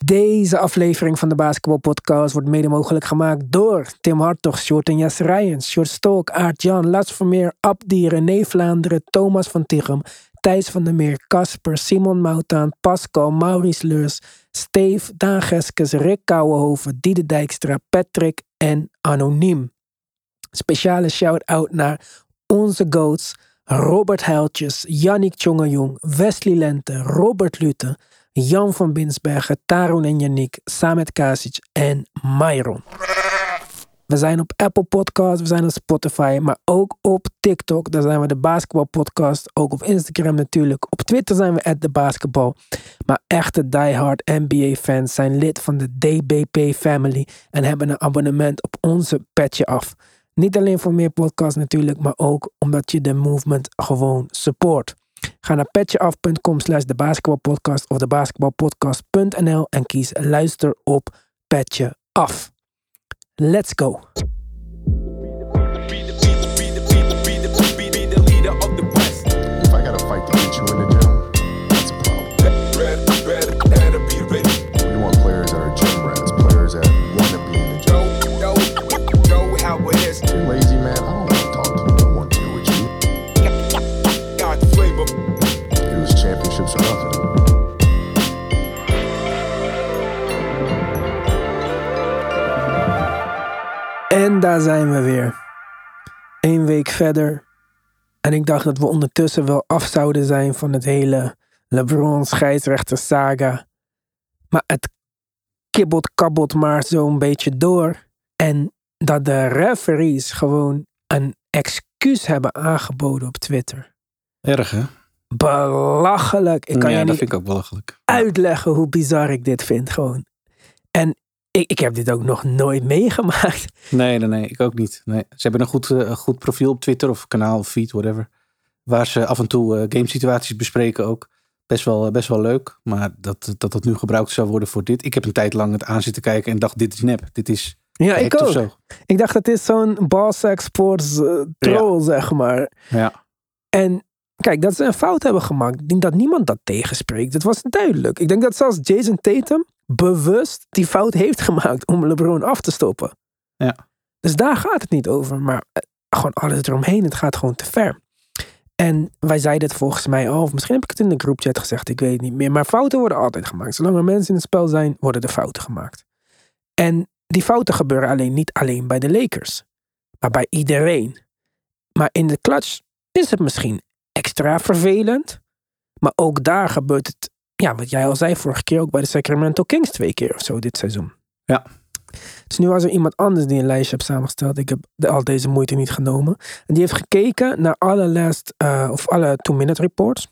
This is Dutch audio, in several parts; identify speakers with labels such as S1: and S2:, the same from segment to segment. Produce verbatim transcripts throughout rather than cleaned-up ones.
S1: Deze aflevering van de Basketbalpodcast wordt mede mogelijk gemaakt door Tim Hartog, Sjoerd en Jes Rijens, Sjoerd Stolk, Aart Jan, Lars Vermeer, Abdi, René Vlaanderen, Thomas van Tichem, Thijs van der Meer, Casper, Simon Moutaan, Pascal, Maurice Leurs, Steve, Daan Geskes, Rick Kouwenhoven, Diede Dijkstra, Patrick en Anoniem. Speciale shout-out naar onze goats Robert Heiltjes, Yannick Tjongejong, Wesley Lente, Robert Lute, Jan van Binsbergen, Tarun en Yannick, Samet Kasic en Myron. We zijn op Apple Podcasts, we zijn op Spotify, maar ook op TikTok. Daar zijn we de Basketbalpodcast. Ook op Instagram natuurlijk. Op Twitter zijn we at de basketbal. Maar echte diehard N B A fans zijn lid van de D B P family en hebben een abonnement op onze Petje Af. Niet alleen voor meer podcasts natuurlijk, maar ook omdat je de movement gewoon support. Ga naar petjeaf.com slash de basketbalpodcast of de basketbalpodcast punt n l en kies luister op Petje Af. Let's go.
S2: If I gotta fight to get you in the gym, that's a problem. We want players that are gym rats, players that want to be in the gym. If you're lazy, man, I don't want to talk to you. I want to deal with you. It was championships or nothing.
S1: En daar zijn we weer. Eén week verder. En ik dacht dat we ondertussen wel af zouden zijn van het hele LeBron scheidsrechter saga. Maar het kibbelt kabbelt maar zo'n beetje door. En dat de referees gewoon een excuus hebben aangeboden op Twitter.
S3: Erg, hè?
S1: Belachelijk. Ik kan
S3: ja,
S1: je
S3: dat
S1: niet
S3: vind ik ook belachelijk.
S1: uitleggen hoe bizar ik dit vind gewoon. En ik, ik heb dit ook nog nooit meegemaakt.
S3: Nee, nee, nee, ik ook niet. Nee. Ze hebben een goed, uh, goed profiel op Twitter of kanaal of feed, whatever. Waar ze af en toe uh, gamesituaties bespreken ook. Best wel, uh, best wel leuk. Maar dat, dat dat nu gebruikt zou worden voor dit. Ik heb een tijd lang het aan zitten kijken en dacht, dit is nep. Dit is
S1: Ja, ik
S3: of
S1: ook.
S3: zo.
S1: Ik dacht, het is zo'n Ballsack Sports uh, troll, ja. zeg maar.
S3: Ja.
S1: En kijk, dat ze een fout hebben gemaakt. Ik denk dat niemand dat tegenspreekt. Het was duidelijk. Ik denk dat zelfs Jason Tatum bewust die fout heeft gemaakt om LeBron af te stoppen.
S3: Ja.
S1: Dus daar gaat het niet over. Maar gewoon alles eromheen, het gaat gewoon te ver. En wij zeiden het volgens mij al, of misschien heb ik het in de groupchat gezegd, ik weet het niet meer. Maar fouten worden altijd gemaakt. Zolang er mensen in het spel zijn, worden er fouten gemaakt. En die fouten gebeuren alleen niet alleen bij de Lakers. Maar bij iedereen. Maar in de clutch is het misschien extra vervelend. Maar ook daar gebeurt het, ja, wat jij al zei vorige keer, ook bij de Sacramento Kings twee keer of zo dit seizoen.
S3: Ja.
S1: Dus nu was er iemand anders die een lijstje heeft samengesteld. Ik heb de, al deze moeite niet genomen. En die heeft gekeken naar alle last, uh, of alle two-minute reports.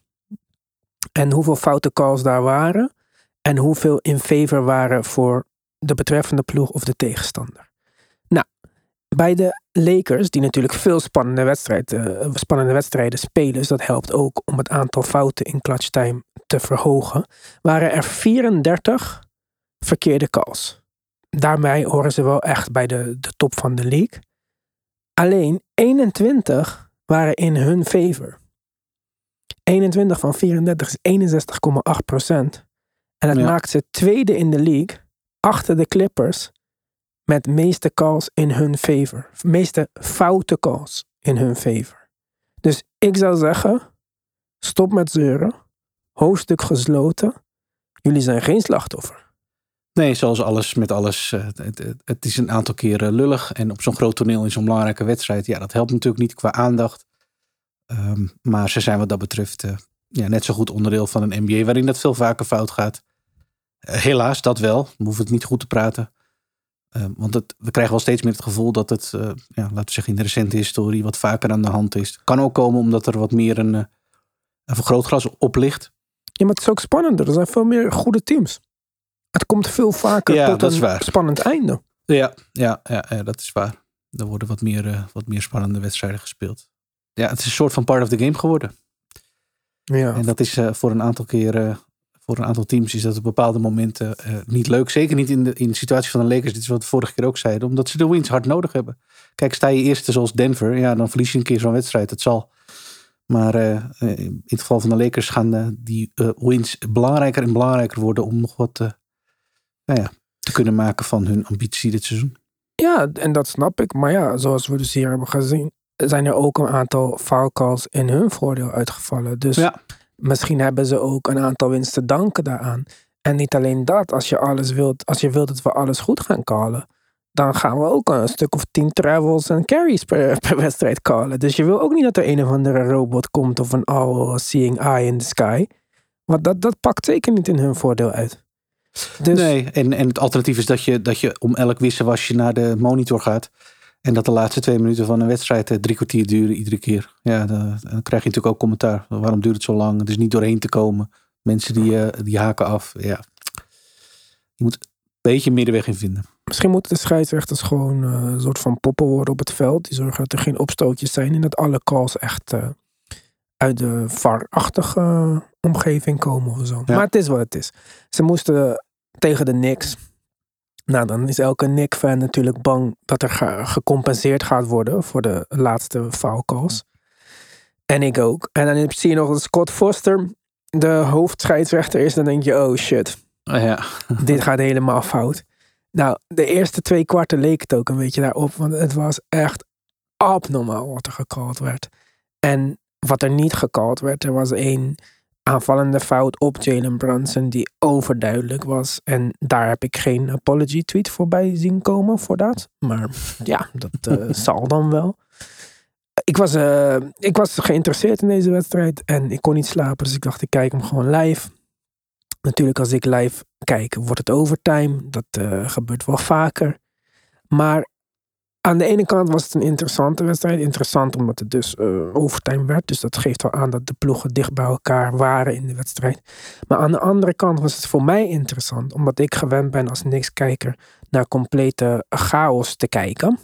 S1: En hoeveel foute calls daar waren. En hoeveel in favor waren voor de betreffende ploeg of de tegenstander. Nou, bij de Lakers, die natuurlijk veel spannende, wedstrijd, uh, spannende wedstrijden spelen, dus dat helpt ook om het aantal fouten in clutch time te verhogen, waren er vierendertig verkeerde calls. Daarmee horen ze wel echt bij de, de top van de league. Alleen eenentwintig waren in hun favor. eenentwintig van vierendertig is eenenzestig komma acht procent. En dat ja. maakt ze tweede in de league achter de Clippers met meeste calls in hun favor. Meeste foute calls in hun favor. Dus ik zou zeggen, stop met zeuren. Hoofdstuk gesloten. Jullie zijn geen slachtoffer.
S3: Nee, zoals alles met alles. Uh, het, het, het is een aantal keren lullig. En op zo'n groot toneel in zo'n belangrijke wedstrijd. Ja, dat helpt natuurlijk niet qua aandacht. Um, maar ze zijn wat dat betreft uh, ja, net zo goed onderdeel van een N B A waarin dat veel vaker fout gaat. Uh, helaas, dat wel. We hoeven het niet goed te praten. Uh, want het, we krijgen wel steeds meer het gevoel dat het, uh, ja, laten we zeggen in de recente historie, wat vaker aan de hand is. Kan ook komen omdat er wat meer een, uh, een vergrootglas op ligt.
S1: Ja, maar het is ook spannender. Er zijn veel meer goede teams. Het komt veel vaker
S3: ja,
S1: tot
S3: dat
S1: een
S3: is waar.
S1: spannend einde.
S3: Ja, ja, ja, ja, dat is waar. Er worden wat meer, uh, wat meer spannende wedstrijden gespeeld. Ja, het is een soort van part of the game geworden.
S1: Ja.
S3: En dat is uh, voor een aantal keren, uh, voor een aantal teams is dat op bepaalde momenten uh, niet leuk. Zeker niet in de, in de situatie van de Lakers. Dit is wat we vorige keer ook zeiden. Omdat ze de wins hard nodig hebben. Kijk, sta je eerste zoals Denver. Ja, dan verlies je een keer zo'n wedstrijd. Het zal. Maar uh, in het geval van de Lakers gaan uh, die uh, wins belangrijker en belangrijker worden om nog wat, uh, nou ja, te kunnen maken van hun ambitie dit seizoen.
S1: Ja, en dat snap ik. Maar ja, zoals we dus hier hebben gezien, zijn er ook een aantal foul calls in hun voordeel uitgevallen. Dus
S3: Ja.
S1: misschien hebben ze ook een aantal winsten te danken daaraan. En niet alleen dat, als je alles wilt, als je wilt dat we alles goed gaan callen, dan gaan we ook een stuk of tien travels en carries per, per wedstrijd callen. Dus je wil ook niet dat er een of andere robot komt of een all-seeing eye in the sky. Want dat, dat pakt zeker niet in hun voordeel uit. Dus,
S3: Nee, en, en het alternatief is dat je, dat je om elk wisselwasje naar de monitor gaat. En dat de laatste twee minuten van een wedstrijd eh, drie kwartier duren iedere keer. Ja, dan, dan krijg je natuurlijk ook commentaar. Waarom duurt het zo lang? Het is niet doorheen te komen. Mensen die, uh, die haken af. Ja. Je moet een beetje middenweg in vinden.
S1: Misschien moeten de scheidsrechters gewoon uh, een soort van poppen worden op het veld. Die zorgen dat er geen opstootjes zijn. En dat alle calls echt uh, uit de V A R-achtige uh, omgeving komen of zo.
S3: Ja.
S1: Maar het is wat het is. Ze moesten tegen de Knicks. Nou, dan is elke Knicks-fan natuurlijk bang dat er ge- gecompenseerd gaat worden voor de laatste foul calls. En ik ook. En dan zie je nog dat Scott Foster de hoofdscheidsrechter is. Dan denk je, oh shit,
S3: Uh, ja.
S1: dit gaat helemaal fout. Nou, de eerste twee kwarten leek het ook een beetje daarop. Want het was echt abnormaal wat er gecalld werd. En wat er niet gecalld werd, er was één aanvallende fout op Jalen Brunson die overduidelijk was. En daar heb ik geen apology tweet voorbij zien komen voor dat. Maar ja, dat uh, zal dan wel. Ik was, uh, ik was geïnteresseerd in deze wedstrijd en ik kon niet slapen. Dus ik dacht, ik kijk hem gewoon live. Natuurlijk, als ik live kijk, wordt het overtime. Dat uh, gebeurt wel vaker. Maar aan de ene kant was het een interessante wedstrijd. Interessant omdat het dus uh, overtime werd. Dus dat geeft wel aan dat de ploegen dicht bij elkaar waren in de wedstrijd. Maar aan de andere kant was het voor mij interessant. Omdat ik gewend ben als Knicks-kijker naar complete chaos te kijken.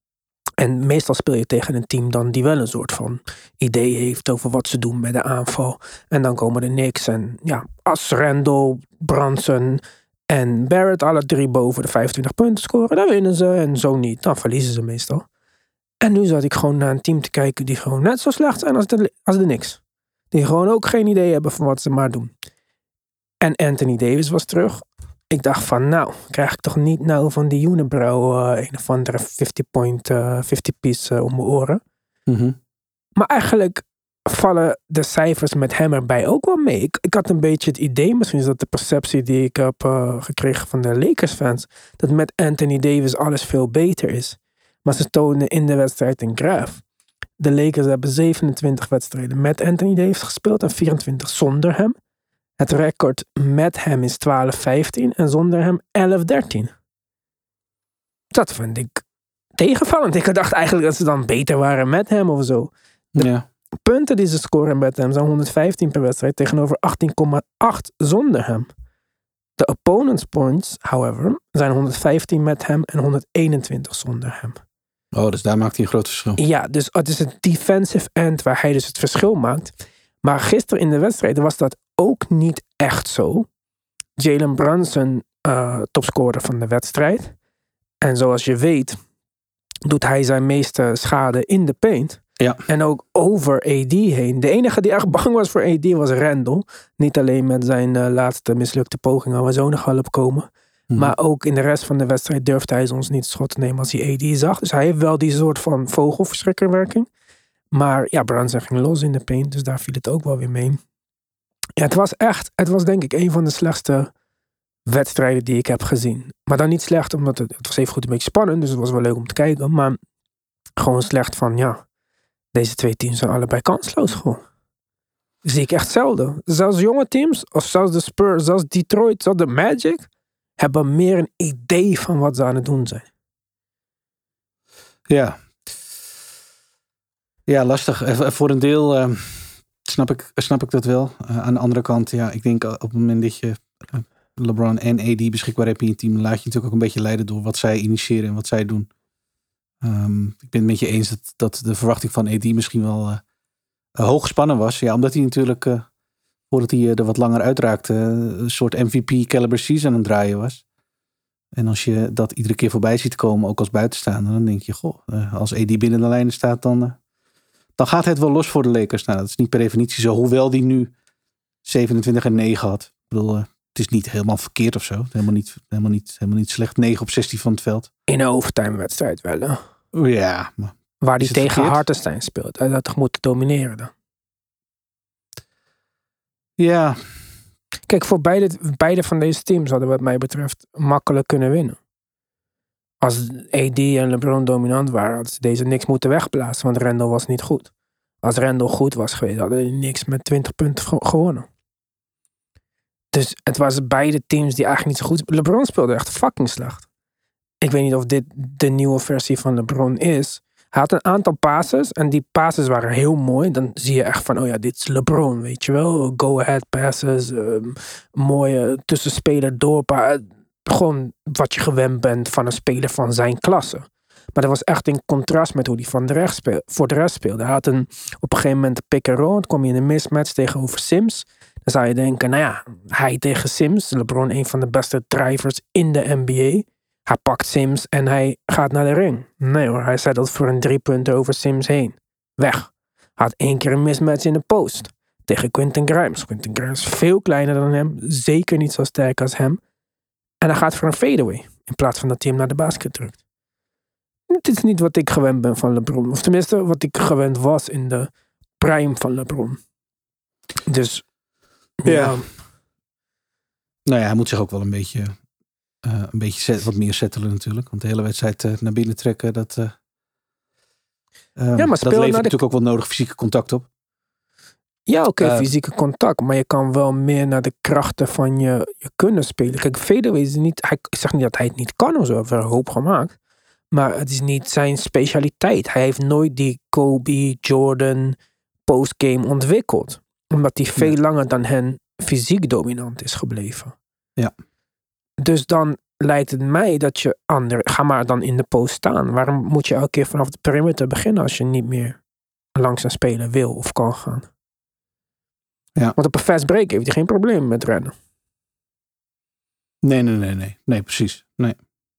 S1: En meestal speel je tegen een team dan die wel een soort van idee heeft over wat ze doen met de aanval. En dan komen de Knicks en ja, als Randall, Brunson en Barrett alle drie boven de vijfentwintig punten scoren, dan winnen ze. En zo niet, dan verliezen ze meestal. En nu zat ik gewoon naar een team te kijken die gewoon net zo slecht zijn als de, als de Knicks. Die gewoon ook geen idee hebben van wat ze maar doen. En Anthony Davis was terug. Ik dacht van, nou, krijg ik toch niet nou van die Unibrow uh, een of andere vijftig point, uh, vijftig piece uh, om mijn oren.
S3: Mm-hmm.
S1: Maar eigenlijk vallen de cijfers met hem erbij ook wel mee. Ik, ik had een beetje het idee, misschien is dat de perceptie die ik heb uh, gekregen van de Lakers fans, dat met Anthony Davis alles veel beter is. Maar ze tonen in de wedstrijd een graaf. De Lakers hebben zevenentwintig wedstrijden met Anthony Davis gespeeld en vierentwintig zonder hem. Het record met hem is twaalf vijftien en zonder hem elf dertien. Dat vind ik tegenvallend. Ik dacht eigenlijk dat ze dan beter waren met hem of zo. De
S3: Ja.
S1: punten die ze scoren met hem zijn honderdvijftien per wedstrijd tegenover achttien komma acht zonder hem. De opponent's points, however, zijn honderdvijftien met hem en honderdeenentwintig zonder hem.
S3: Oh, dus daar maakt hij een groot verschil.
S1: Ja, dus het is het defensive end waar hij dus het verschil maakt. Maar gisteren in de wedstrijd was dat ook niet echt zo. Jalen Brunson, uh, topscorer van de wedstrijd. En zoals je weet, doet hij zijn meeste schade in de paint.
S3: Ja.
S1: En ook over A D heen. De enige die echt bang was voor A D was Randall. Niet alleen met zijn uh, laatste mislukte poging, waar we zo nog wel op komen. Hmm. Maar ook in de rest van de wedstrijd durfde hij ons niet schot te nemen als hij A D zag. Dus hij heeft wel die soort van vogelverschrikkerwerking. Maar ja, Brunson ging los in de paint, dus daar viel het ook wel weer mee. Ja, het was echt, het was denk ik een van de slechtste wedstrijden die ik heb gezien. Maar dan niet slecht, omdat het, het was even goed een beetje spannend, dus het was wel leuk om te kijken. Maar gewoon slecht van, ja, deze twee teams zijn allebei kansloos gewoon. Dat zie ik echt zelden. Zelfs jonge teams, of zelfs de Spurs, zelfs Detroit, zelfs de Magic, hebben meer een idee van wat ze aan het doen zijn.
S3: Ja. Ja, lastig. Voor een deel uh, snap, ik, snap ik dat wel. Uh, aan de andere kant, ja, ik denk op het moment dat je uh, LeBron en A D beschikbaar hebt in je team, laat je natuurlijk ook een beetje leiden door wat zij initiëren en wat zij doen. Um, ik ben het met je eens dat, dat de verwachting van A D misschien wel uh, uh, hoog gespannen was. Ja, omdat hij natuurlijk, uh, voordat hij uh, er wat langer uitraakte, uh, een soort M V P-caliber season aan het draaien was. En als je dat iedere keer voorbij ziet komen, ook als buitenstaander, dan denk je, goh, uh, als A D binnen de lijnen staat, dan... Uh, Dan gaat het wel los voor de Lakers. Nou, dat is niet per definitie zo. Hoewel die nu zevenentwintig en negen had. Ik bedoel, uh, het is niet helemaal verkeerd of zo. Helemaal niet, helemaal niet, helemaal niet slecht. negen op zestien van het veld.
S1: In een overtime wedstrijd wel, hè?
S3: Ja, maar...
S1: Waar die tegen
S3: verkeerd?
S1: Hartenstein speelt. Hij had toch moeten domineren dan?
S3: Ja.
S1: Kijk, voor beide, beide van deze teams hadden wat mij betreft makkelijk kunnen winnen. Als A D en LeBron dominant waren, hadden ze deze niks moeten wegblazen, want Randle was niet goed. Als Randle goed was geweest, hadden die niks met twintig punten ge- gewonnen. Dus het was beide teams die eigenlijk niet zo goed... LeBron speelde echt fucking slecht. Ik weet niet of dit de nieuwe versie van LeBron is. Hij had een aantal passes en die passes waren heel mooi. Dan zie je echt van, oh ja, dit is LeBron, weet je wel. Go-ahead passes, um, mooie tussenspeler doorpa. Gewoon wat je gewend bent van een speler van zijn klasse. Maar dat was echt in contrast met hoe hij van de rest speel, voor de rest speelde. Hij had een, op een gegeven moment een pick and roll. Dan kwam je in een mismatch tegenover Sims. Dan zou je denken, nou ja, hij tegen Sims. LeBron, een van de beste drivers in de N B A. Hij pakt Sims en hij gaat naar de ring. Nee hoor, hij zet dat voor een drie punten over Sims heen. Weg. Hij had één keer een mismatch in de post. Tegen Quentin Grimes. Quentin Grimes is veel kleiner dan hem. Zeker niet zo sterk als hem. En hij gaat voor een fadeaway. In plaats van dat hij hem naar de basket drukt. Het is niet wat ik gewend ben van LeBron. Of tenminste, wat ik gewend was in de prime van LeBron. Dus, ja.
S3: ja. Nou ja, hij moet zich ook wel een beetje, uh, een beetje set, wat meer settelen natuurlijk. Want de hele wedstrijd uh, naar binnen trekken, dat, uh, um,
S1: ja, maar
S3: dat levert natuurlijk de... ook wel nodig fysieke contact op.
S1: Ja, oké, okay,
S3: uh,
S1: fysieke contact. Maar je kan wel meer naar de krachten van je, je kunnen spelen. Kijk, fadeaway is niet... Hij, ik zeg niet dat hij het niet kan of zo. Hij heeft er een hoop gemaakt. Maar het is niet zijn specialiteit. Hij heeft nooit die Kobe, Jordan postgame ontwikkeld. Omdat hij veel
S3: ja.
S1: langer dan hen fysiek dominant is gebleven.
S3: Ja.
S1: Dus dan lijkt het mij dat je ander... Ga maar dan in de post staan. Waarom moet je elke keer vanaf de perimeter beginnen als je niet meer langs een speler wil of kan gaan?
S3: Ja.
S1: Want op een fast break heeft hij geen probleem met rennen.
S3: Nee, nee, nee, nee. Nee, precies. Nee.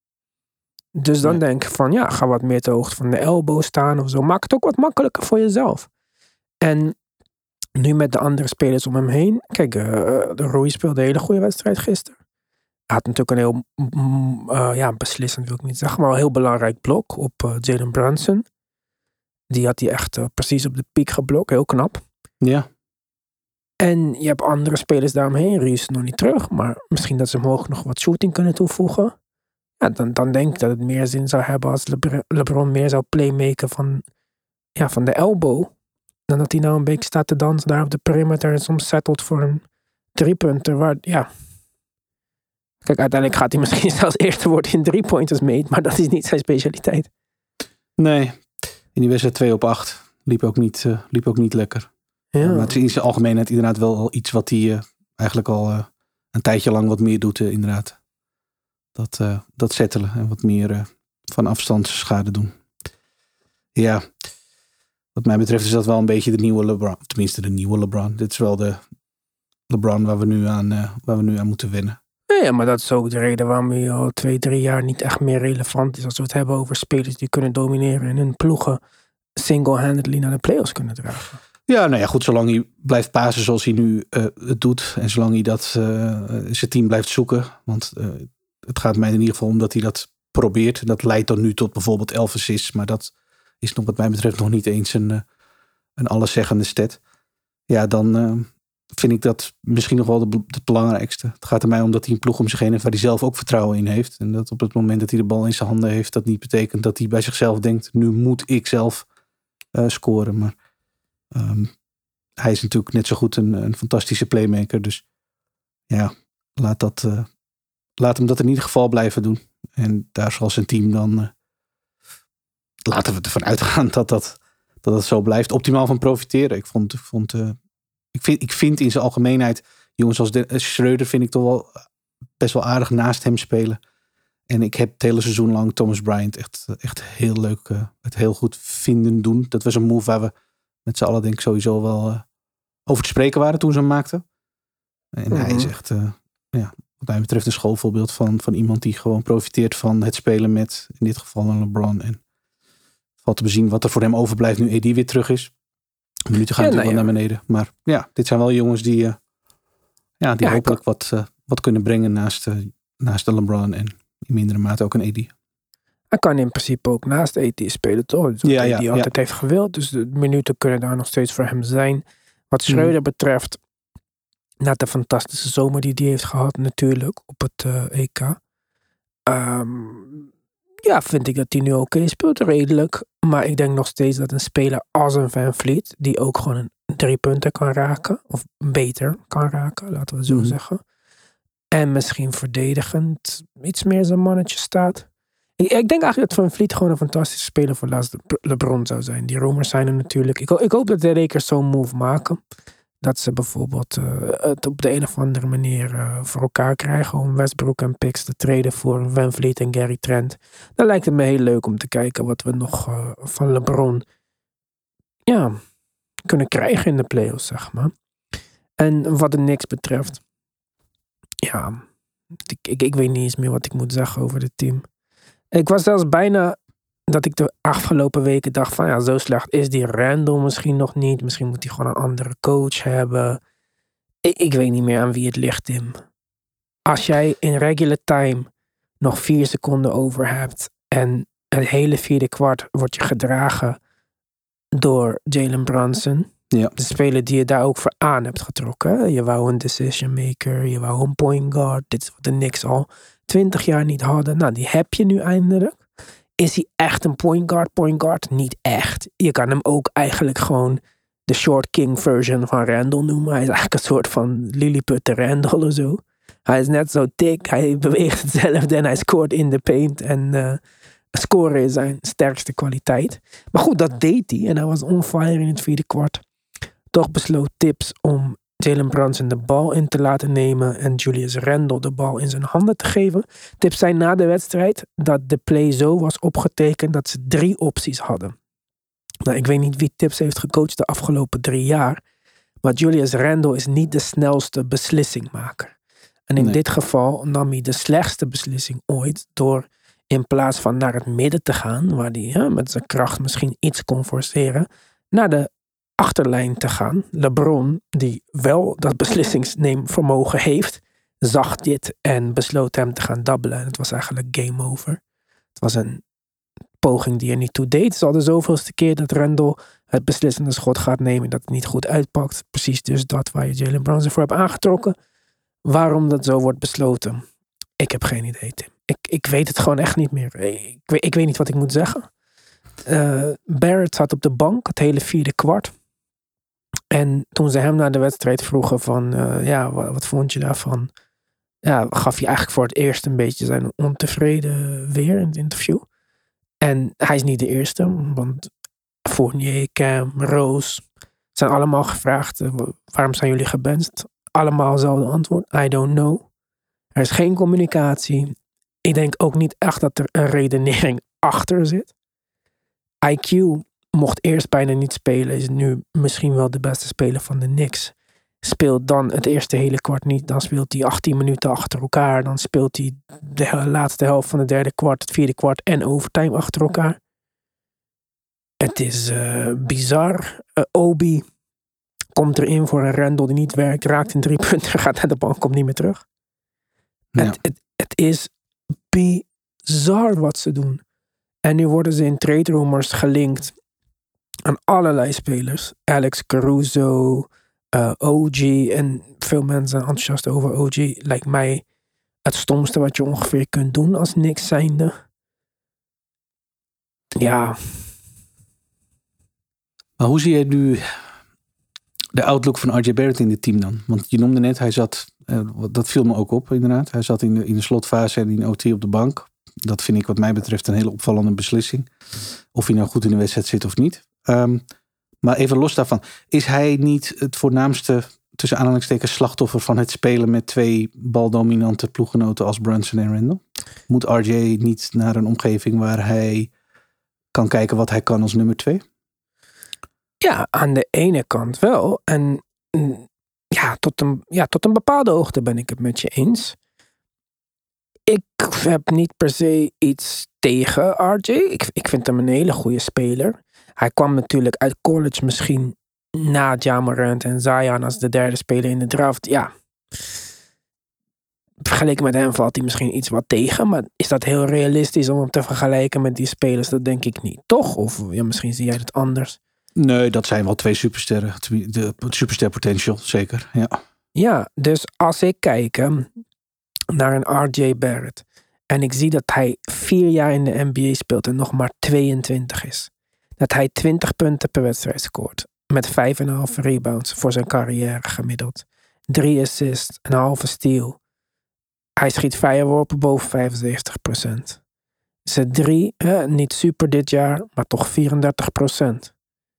S1: Dus dan
S3: nee.
S1: denk ik van ja, ga wat meer ter hoogte van de elbow staan of zo. Maak het ook wat makkelijker voor jezelf. En nu met de andere spelers om hem heen. Kijk, uh, de Rui speelde een hele goede wedstrijd gisteren. Hij had natuurlijk een heel mm, uh, ja, beslissend wil ik niet zeggen, maar een heel belangrijk blok op uh, Jalen Brunson. Die had hij echt uh, precies op de piek geblokt. Heel knap.
S3: Ja.
S1: En je hebt andere spelers daaromheen. Rui is nog niet terug. Maar misschien dat ze mogelijk nog wat shooting kunnen toevoegen. Ja, dan, dan denk ik dat het meer zin zou hebben als Lebr- LeBron meer zou playmaken van, ja, van de elbow. Dan dat hij nou een beetje staat te dansen daar op de perimeter. En soms settelt voor een driepunter. Waar, ja. Kijk, uiteindelijk gaat hij misschien zelfs eerste worden in drie-pointers meet. Maar dat is niet zijn specialiteit.
S3: Nee. In die wedstrijd twee op acht. Liep ook niet, uh, liep ook niet lekker.
S1: Ja.
S3: Maar het is in zijn algemeenheid inderdaad wel iets wat hij uh, eigenlijk al uh, een tijdje lang wat meer doet uh, inderdaad. Dat, uh, dat settelen en wat meer uh, van afstand schade doen. Ja, wat mij betreft is dat wel een beetje de nieuwe LeBron. Of tenminste de nieuwe LeBron. Dit is wel de LeBron waar we nu aan, uh, waar we nu aan moeten wennen.
S1: Ja, maar dat is ook de reden waarom hij al twee, drie jaar niet echt meer relevant is. Als we het hebben over spelers die kunnen domineren en hun ploegen single-handedly naar de playoffs kunnen dragen.
S3: Ja, nou ja, goed, zolang hij blijft pasen zoals hij nu uh, het doet. En zolang hij dat uh, zijn team blijft zoeken. Want uh, het gaat mij in ieder geval om dat hij dat probeert. Dat leidt dan nu tot bijvoorbeeld elf assists. Maar dat is nog wat mij betreft nog niet eens een, uh, een alleszeggende stat. Ja, dan uh, vind ik dat misschien nog wel de, het belangrijkste. Het gaat er mij om dat hij een ploeg om zich heen heeft waar hij zelf ook vertrouwen in heeft. En dat op het moment dat hij de bal in zijn handen heeft, dat niet betekent dat hij bij zichzelf denkt, nu moet ik zelf uh, scoren. Maar um, hij is natuurlijk net zo goed een, een fantastische playmaker. Dus ja, laat, dat, uh, laat hem dat in ieder geval blijven doen. En daar zal zijn team dan, uh, laten we ervan uitgaan dat dat, dat dat zo blijft, optimaal van profiteren. Ik vond, vond uh, ik, vind, ik vind in zijn algemeenheid, jongens als de, uh, Schreuder vind ik toch wel best wel aardig naast hem spelen. En ik heb het hele seizoen lang Thomas Bryant echt, echt heel leuk, uh, het heel goed vinden doen. Dat was een move waar we met z'n allen denk ik sowieso wel uh, over te spreken waren toen ze hem maakten. En mm-hmm. hij is echt, uh, ja, wat mij betreft een schoolvoorbeeld van, van iemand die gewoon profiteert van het spelen met, in dit geval een LeBron. En valt te bezien wat er voor hem overblijft nu A D weer terug is. Minuten gaan ja, natuurlijk nou, wel ja. naar beneden. Maar ja, dit zijn wel jongens die, uh, ja, die ja, hopelijk kan... wat, uh, wat kunnen brengen naast, uh, naast de LeBron en in mindere mate ook een A D.
S1: Hij kan in principe ook naast A T spelen, toch? Dat
S3: Ja,
S1: hij
S3: ja,
S1: die
S3: ja.
S1: altijd heeft gewild. Dus de minuten kunnen daar nog steeds voor hem zijn. Wat Schreuder mm. betreft, na de fantastische zomer die hij heeft gehad natuurlijk op het uh, E K. Um, ja, vind ik dat hij nu oké okay speelt, redelijk. Maar ik denk nog steeds dat een speler als een Van Vliet, die ook gewoon een drie punten kan raken, of beter kan raken, laten we het zo mm. zeggen. En misschien verdedigend iets meer zijn mannetje staat. Ik, ik denk eigenlijk dat Van Vliet gewoon een fantastische speler voor Laatste LeBron zou zijn. Die rumors zijn er natuurlijk. Ik, ik hoop dat de Lakers zo'n move maken. Dat ze bijvoorbeeld uh, het op de een of andere manier uh, voor elkaar krijgen om Westbrook en picks te traden voor Van Vliet en Gary Trent. Dan lijkt het me heel leuk om te kijken wat we nog uh, van LeBron ja, kunnen krijgen in de playoffs, zeg maar. En wat de Knicks betreft, ja, ik, ik, ik weet niet eens meer wat ik moet zeggen over het team. Ik was zelfs bijna dat ik de afgelopen weken dacht van ja, zo slecht is die Randall misschien nog niet. Misschien moet hij gewoon een andere coach hebben. Ik, ik weet niet meer aan wie het ligt, Tim. Als jij in regular time nog vier seconden over hebt en het hele vierde kwart wordt je gedragen door Jalen Brunson.
S3: Ja.
S1: De speler die je daar ook voor aan hebt getrokken. Je wou een decision maker, je wou een point guard. Dit is wat de Knicks al twintig jaar niet hadden. Nou, die heb je nu eindelijk. Is hij echt een point guard? Point guard? Niet echt. Je kan hem ook eigenlijk gewoon de short king version van Randall noemen. Hij is eigenlijk een soort van Lilliput Randall of zo. Hij is net zo dik. Hij beweegt hetzelfde en hij scoort in de paint. En uh, scoren is zijn sterkste kwaliteit. Maar goed, dat deed hij. En hij was on fire in het vierde kwart. Toch besloot Tibbs om Jalen Brunson de bal in te laten nemen en Julius Randle de bal in zijn handen te geven. Tibbs zei na de wedstrijd dat de play zo was opgetekend dat ze drie opties hadden. Nou, ik weet niet wie Tibbs heeft gecoacht de afgelopen drie jaar, maar Julius Randle is niet de snelste beslissingmaker. En in nee. dit geval nam hij de slechtste beslissing ooit door in plaats van naar het midden te gaan, waar hij ja, met zijn kracht misschien iets kon forceren, naar de achterlijn te gaan. LeBron, die wel dat beslissingsneemvermogen heeft, zag dit en besloot hem te gaan doublen. En het was eigenlijk game over. Het was een poging die er niet toe deed. Het is al de zoveelste keer dat Randle het beslissende schot gaat nemen, dat het niet goed uitpakt. Precies dus dat waar je Jalen Brunson voor hebt aangetrokken. Waarom dat zo wordt besloten, ik heb geen idee, Tim. Ik, ik weet het gewoon echt niet meer. Ik, ik, ik weet niet wat ik moet zeggen. Uh, Barrett zat op de bank het hele vierde kwart. En toen ze hem na de wedstrijd vroegen van, uh, ja, wat, wat vond je daarvan? Ja, gaf hij eigenlijk voor het eerst een beetje zijn ontevreden weer in het interview. En hij is niet de eerste, want Fournier, Cam, Rose zijn allemaal gevraagd, uh, waarom zijn jullie gebanst? Allemaal hetzelfde antwoord, I don't know. Er is geen communicatie. Ik denk ook niet echt dat er een redenering achter zit. I Q mocht eerst bijna niet spelen. Is nu misschien wel de beste speler van de Knicks. Speelt dan het eerste hele kwart niet. Dan speelt hij achttien minuten achter elkaar. Dan speelt hij de laatste helft van het derde kwart, het vierde kwart en overtime achter elkaar. Het is uh, bizar. Uh, Obi komt erin voor een Randle die niet werkt. Raakt in drie punten. Gaat naar de bank. Komt niet meer terug. Ja. Het, het, het is bizar wat ze doen. En nu worden ze in trade rumors gelinkt aan allerlei spelers. Alex Caruso, uh, O G. En veel mensen zijn enthousiast over O G. Lijkt mij het stomste wat je ongeveer kunt doen als niks zijnde. Ja.
S3: Maar hoe zie je nu de outlook van R J Barrett in dit team dan? Want je noemde net, hij zat, uh, dat viel me ook op inderdaad. Hij zat in de, in de slotfase en in O T op de bank. Dat vind ik wat mij betreft een hele opvallende beslissing. Of hij nou goed in de wedstrijd zit of niet. Um, maar even los daarvan. Is hij niet het voornaamste, tussen aanhalingstekens, slachtoffer van het spelen met twee baldominante ploeggenoten als Brunson en Randle? Moet R J niet naar een omgeving waar hij kan kijken wat hij kan als nummer twee?
S1: Ja, aan de ene kant wel. En ja, tot een, ja, tot een bepaalde hoogte ben ik het met je eens. Ik heb niet per se iets tegen R J. Ik, ik vind hem een hele goede speler. Hij kwam natuurlijk uit college misschien na Ja Morant en Zion als de derde speler in de draft. Ja, vergeleken met hem valt hij misschien iets wat tegen. Maar is dat heel realistisch om hem te vergelijken met die spelers? Dat denk ik niet, toch? Of ja, misschien zie jij het anders.
S3: Nee, dat zijn wel twee supersterren. De superster potential, zeker. Ja,
S1: ja dus als ik kijk hè, naar een R J Barrett. En ik zie dat hij vier jaar in de N B A speelt en nog maar tweeëntwintig is. Dat hij twintig punten per wedstrijd scoort. Met vijf komma vijf rebounds voor zijn carrière gemiddeld. Drie assists, een halve steal. Hij schiet vrije worpen boven vijfenzeventig procent. Zijn drie, eh, niet super dit jaar, maar toch vierendertig procent.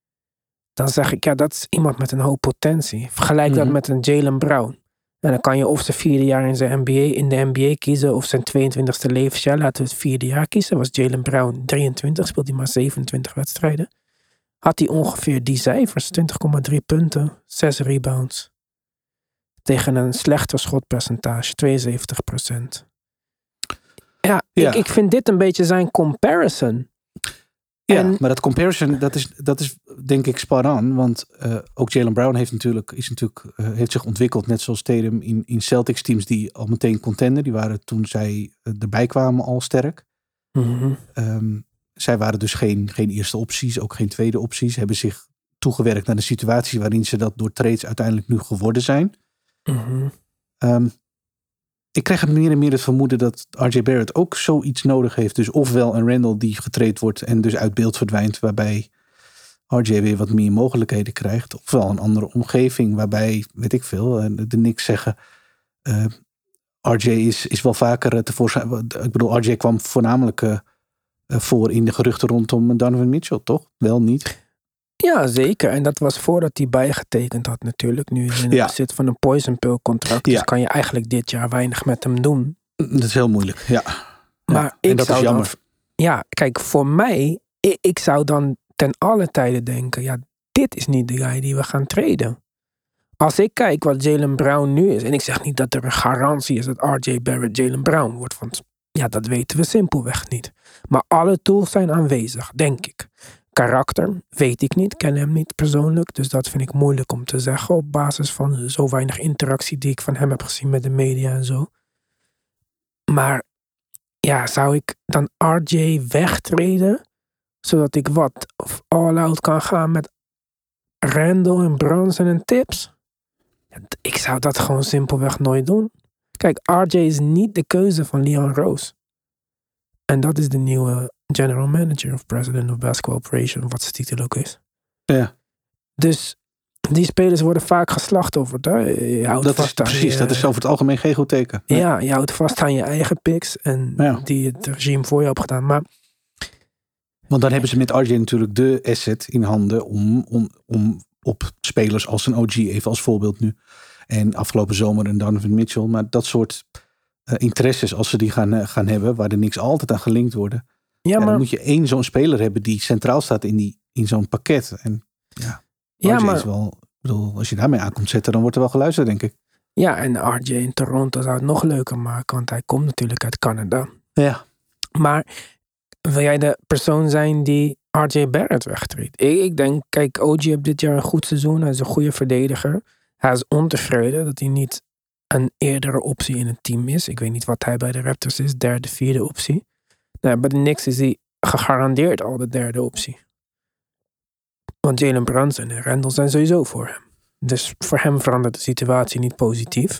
S1: Dan zeg ik, ja, dat is iemand met een hoop potentie. Vergelijk mm-hmm. dat met een Jaylen Brown. En dan kan je of zijn vierde jaar in, zijn N B A, in de N B A kiezen of zijn tweeëntwintigste levensjaar. Laten we het vierde jaar kiezen. Was Jaylen Brown drieëntwintig, speelt hij maar zevenentwintig wedstrijden. Had hij ongeveer die cijfers, twintig komma drie punten, zes rebounds. Tegen een slechter schotpercentage, tweeënzeventig procent. Ja, ja. Ik, ik vind dit een beetje zijn comparison.
S3: Ja,
S1: en,
S3: maar dat comparison, dat is, dat is denk ik spot on. Want uh, ook Jaylen Brown heeft natuurlijk, is natuurlijk, uh, heeft zich ontwikkeld, net zoals Tatum, in, in Celtics teams die al meteen contender. Die waren toen zij uh, erbij kwamen al sterk.
S1: Mm-hmm.
S3: Um, zij waren dus geen, geen eerste opties, ook geen tweede opties. Hebben zich toegewerkt naar de situatie waarin ze dat door trades uiteindelijk nu geworden zijn.
S1: Mm-hmm.
S3: Um, ik krijg het meer en meer het vermoeden dat R J Barrett ook zoiets nodig heeft. Dus ofwel een Randall die getraind wordt en dus uit beeld verdwijnt, waarbij R J weer wat meer mogelijkheden krijgt. Ofwel een andere omgeving waarbij, weet ik veel, de Knicks zeggen, uh, R J is, is wel vaker tevoorschijn. Ik bedoel, R J kwam voornamelijk uh, voor in de geruchten rondom Donovan Mitchell, toch? Wel niet?
S1: Ja, zeker. En dat was voordat hij bijgetekend had natuurlijk. Nu is hij in het
S3: ja.
S1: bezit van een poison pill contract. Dus
S3: ja.
S1: kan je eigenlijk dit jaar weinig met hem doen.
S3: Dat is heel moeilijk, ja.
S1: Maar
S3: ja.
S1: ik
S3: en dat
S1: zou
S3: is jammer.
S1: Dan, ja, kijk, voor mij, ik, ik zou dan ten alle tijde denken, ja, dit is niet de guy die we gaan traden. Als ik kijk wat Jaylen Brown nu is, en ik zeg niet dat er een garantie is dat R J Barrett Jaylen Brown wordt, want ja, dat weten we simpelweg niet. Maar alle tools zijn aanwezig, denk ik. Karakter, weet ik niet, ken hem niet persoonlijk. Dus dat vind ik moeilijk om te zeggen op basis van zo weinig interactie die ik van hem heb gezien met de media en zo. Maar ja, zou ik dan R J wegtreden, zodat ik wat all-out kan gaan met Randall en Brunson en Tips? Ik zou dat gewoon simpelweg nooit doen. Kijk, R J is niet de keuze van Leon Rose. En dat is de nieuwe general manager of president of basketball operation, wat zijn titel ook is.
S3: Ja.
S1: Dus die spelers worden vaak geslachtofferd. Hè? Je houdt
S3: dat
S1: vast
S3: is precies,
S1: je,
S3: dat is over het algemeen geen goed teken.
S1: Ja, ja, je houdt vast aan je eigen picks en
S3: ja.
S1: die het regime voor je hebt gedaan. Maar
S3: want dan hebben ze met R J natuurlijk de asset in handen om, om, om op spelers als een O G, even als voorbeeld nu. En afgelopen zomer een Donovan Mitchell. Maar dat soort uh, interesses, als ze die gaan, uh, gaan hebben, waar er niks altijd aan gelinkt worden. Ja, ja, maar dan moet je één zo'n speler hebben die centraal staat in, die, in zo'n pakket. En ja,
S1: ja
S3: R J
S1: maar,
S3: is wel, ik bedoel, als je daarmee aan komt zetten, dan wordt er wel geluisterd, denk ik.
S1: Ja, en R J in Toronto zou het nog leuker maken, want hij komt natuurlijk uit Canada.
S3: Ja.
S1: Maar wil jij de persoon zijn die R J Barrett wegtreedt? Ik, ik denk, kijk, O G heeft dit jaar een goed seizoen. Hij is een goede verdediger. Hij is ontevreden dat hij niet een eerdere optie in het team is. Ik weet niet wat hij bij de Raptors is. Derde, vierde optie. Nou, bij de Knicks is hij gegarandeerd al de derde optie. Want Jalen Brunson en Randall zijn sowieso voor hem. Dus voor hem verandert de situatie niet positief.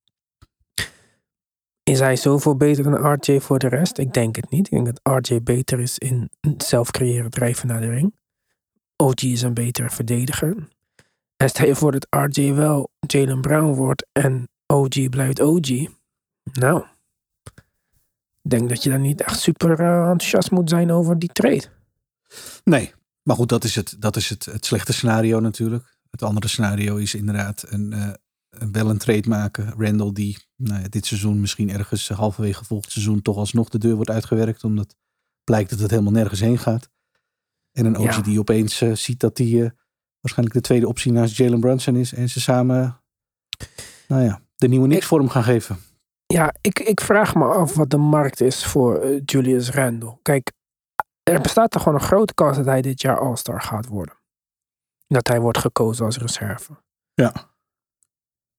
S1: Is hij zoveel beter dan R J voor de rest? Ik denk het niet. Ik denk dat R J beter is in zelf creëren, drijven naar de ring. O G is een betere verdediger. En stel je voor dat R J wel Jaylen Brown wordt en O G blijft O G. Nou, ik denk dat je dan niet echt super uh, enthousiast moet zijn over die trade.
S3: Nee, maar goed, dat is het, dat is het, het slechte scenario natuurlijk. Het andere scenario is inderdaad een, uh, een wel een trade maken. Randall die nou ja, dit seizoen misschien ergens halverwege volgend seizoen toch alsnog de deur wordt uitgewerkt. Omdat blijkt dat het helemaal nergens heen gaat. En een O G ja. die opeens uh, ziet dat hij uh, waarschijnlijk de tweede optie naast Jalen Brunson is. En ze samen nou ja, de nieuwe niks vorm gaan geven.
S1: Ja, ik, ik vraag me af wat de markt is voor uh, Julius Randle. Kijk, er bestaat toch gewoon een grote kans dat hij dit jaar All-Star gaat worden. Dat hij wordt gekozen als reserve.
S3: Ja.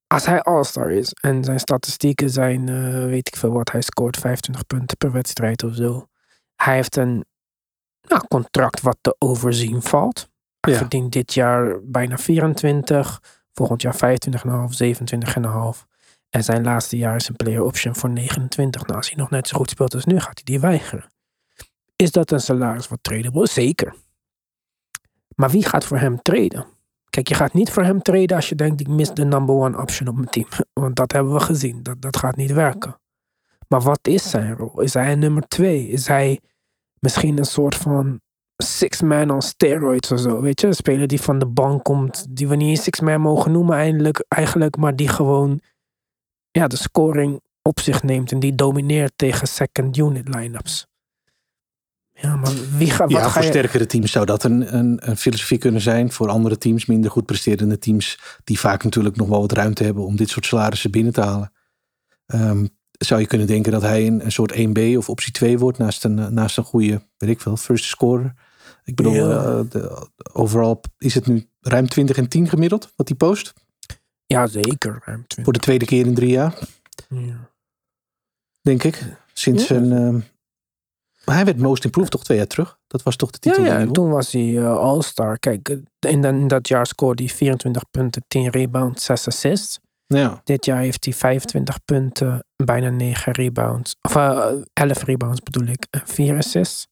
S1: als hij All-Star is en zijn statistieken zijn, uh, weet ik veel wat, hij scoort vijfentwintig punten per wedstrijd of zo. Hij heeft een nou, contract wat te overzien valt. Hij ja. verdient dit jaar bijna vierentwintig, volgend jaar vijfentwintig komma vijf, zevenentwintig komma vijf. En zijn laatste jaar is een player option voor negenentwintig. Nou, als hij nog net zo goed speelt als nu, gaat hij die weigeren. Is dat een salaris wat tradable? Zeker. Maar wie gaat voor hem traden? Kijk, je gaat niet voor hem traden als je denkt, ik mis de number one option op mijn team. Want dat hebben we gezien. Dat, dat gaat niet werken. Maar wat is zijn rol? Is hij een nummer twee? Is hij misschien een soort van six man on steroids of zo? Weet je, een speler die van de bank komt, die we niet eens six man mogen noemen eindelijk, eigenlijk, maar die gewoon ja, de scoring op zich neemt en die domineert tegen second unit line-ups. Ja, maar wie gaat, wat
S3: ja,
S1: ga
S3: voor
S1: je...
S3: sterkere teams zou dat een, een, een filosofie kunnen zijn. Voor andere teams, minder goed presterende teams, die vaak natuurlijk nog wel wat ruimte hebben om dit soort salarissen binnen te halen. Um, zou je kunnen denken dat hij een, een soort één B of optie twee wordt naast een, naast een goede, weet ik veel, first scorer. Ik bedoel, ja. uh, de, overal is het nu ruim twintig en tien gemiddeld, wat hij post.
S1: Ja, zeker. Ruim twintig.
S3: Voor de tweede keer in drie jaar.
S1: Ja.
S3: Denk ik. Sinds ja. een... Uh, hij werd most improved toch twee jaar terug? Dat was toch de titel?
S1: Ja, ja en toen was hij uh, All-Star. Kijk, in, dan, in dat jaar scoorde hij vierentwintig punten, tien rebounds, zes assists. Ja. Dit jaar heeft hij vijfentwintig punten, bijna negen rebounds. Of uh, elf rebounds bedoel ik. En vier assists.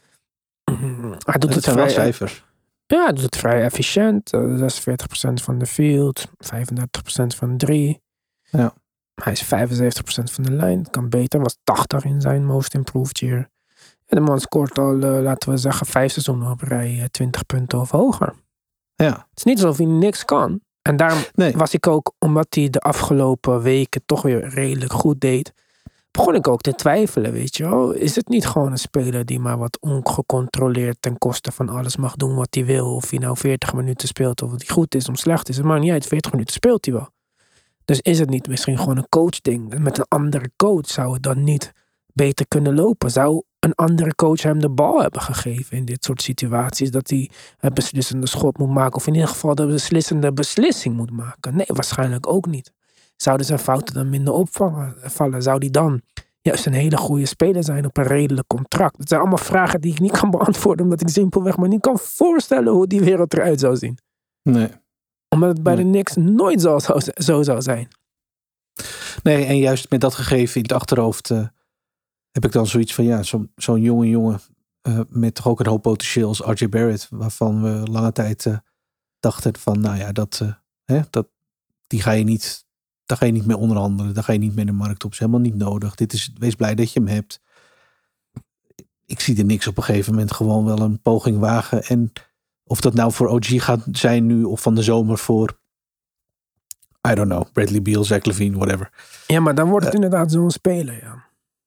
S1: Mm, hij doet
S3: dat
S1: het
S3: zijn
S1: vrij,
S3: wel cijfers.
S1: Ja, hij doet het vrij efficiënt. Uh, zesenveertig procent van de field. vijfendertig procent van drie.
S3: Ja.
S1: Hij is vijfenzeventig procent van de lijn. Kan beter. Was tachtig in zijn most improved year. En de man scoort al, uh, laten we zeggen, vijf seizoenen op rij uh, twintig punten of hoger.
S3: Ja.
S1: Het is niet alsof hij niks kan. En daarom nee. was ik ook, omdat hij de afgelopen weken toch weer redelijk goed deed, begon ik ook te twijfelen, weet je wel. Is het niet gewoon een speler die maar wat ongecontroleerd ten koste van alles mag doen wat hij wil? Of hij nou veertig minuten speelt of hij goed is of slecht is. Het maakt niet uit, veertig minuten speelt hij wel. Dus is het niet misschien gewoon een coachding? Met een andere coach zou het dan niet beter kunnen lopen? Zou een andere coach hem de bal hebben gegeven in dit soort situaties? Dat hij een beslissende schot moet maken. Of in ieder geval de beslissende beslissing moet maken. Nee, waarschijnlijk ook niet. Zouden zijn fouten dan minder opvallen? Zou die dan juist een hele goede speler zijn op een redelijk contract? Dat zijn allemaal vragen die ik niet kan beantwoorden. Omdat ik simpelweg maar niet kan voorstellen hoe die wereld eruit zou zien.
S3: Nee.
S1: Omdat het bij
S3: nee.
S1: de Knicks nooit zo, zo, zo zou zijn.
S3: Nee, en juist met dat gegeven in het achterhoofd Uh... heb ik dan zoiets van, ja, zo, zo'n jonge jongen uh, met toch ook een hoop potentieel als R J Barrett, waarvan we lange tijd uh, dachten van, nou ja, dat, uh, hè, dat, die ga je niet, daar ga je niet mee onderhandelen, daar ga je niet mee de markt op, is helemaal niet nodig. Dit is, wees blij dat je hem hebt. Ik zie er niks op een gegeven moment gewoon wel een poging wagen. En of dat nou voor O G gaat zijn nu of van de zomer voor, I don't know, Bradley Beal, Zach LaVine, whatever.
S1: Ja, maar dan wordt het uh, inderdaad zo'n speler, ja.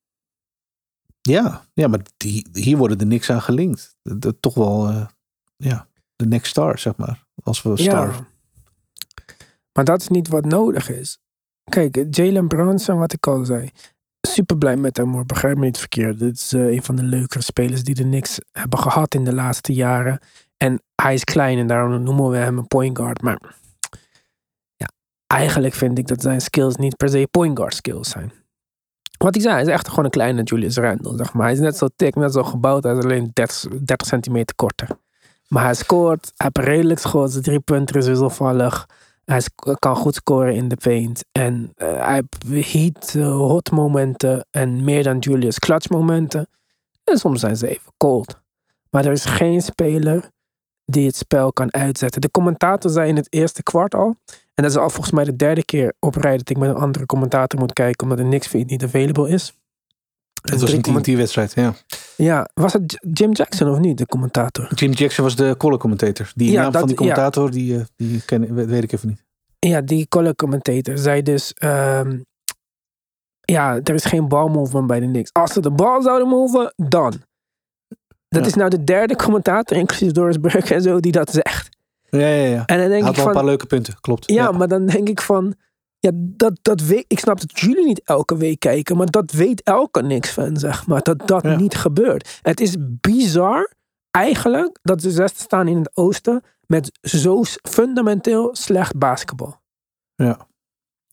S3: Ja, ja, maar die, hier worden er niks aan gelinkt. De, de, toch wel, uh, ja, de next star, zeg maar. Als we star. Ja,
S1: maar dat is niet wat nodig is. Kijk, Jalen Brunson, wat ik al zei. Super blij met hem, hoor. Begrijp me niet verkeerd. Dit is uh, een van de leukere spelers die de Knicks hebben gehad in de laatste jaren. En hij is klein en daarom noemen we hem een point guard. Maar ja, eigenlijk vind ik dat zijn skills niet per se point guard skills zijn. Wat hij zei, hij is echt gewoon een kleine Julius Randle, zeg maar. Hij is net zo dik, net zo gebouwd. Hij is alleen dertig, dertig centimeter korter. Maar hij scoort, hij heeft redelijk schot. Zijn driepunter is wisselvallig. Hij kan goed scoren in de paint. En uh, hij heeft heat, uh, hot momenten. En meer dan Julius clutch momenten. En soms zijn ze even cold. Maar er is geen speler die het spel kan uitzetten. De commentator zei in het eerste kwart al. En dat is al volgens mij de derde keer op rij dat ik met een andere commentator moet kijken, omdat de Knicks-feed niet available is.
S3: Het was een T N T-wedstrijd, ja.
S1: Ja, was het Jim Jackson of niet, de commentator?
S3: Jim Jackson was de color-commentator. Die ja, naam dat, van die commentator, ja. die, die ken, weet ik even niet.
S1: Ja, die color-commentator zei dus, um, ja, er is geen balmovement bij de Knicks. Als ze de bal zouden moven, dan. Dat ja. is nou de derde commentator, inclusief Doris Burke en zo, die dat zegt.
S3: Ja, ja, ja.
S1: En dan denk
S3: had
S1: ik
S3: wel
S1: van,
S3: een paar leuke punten, klopt.
S1: Ja,
S3: ja,
S1: maar dan denk ik van, ja, dat, dat weet, ik snap dat jullie niet elke week kijken, maar dat weet elke Knicks-fan, zeg maar, dat dat ja. niet gebeurt. Het is bizar, eigenlijk, dat ze zesde staan in het oosten met zo fundamenteel slecht basketbal.
S3: Ja.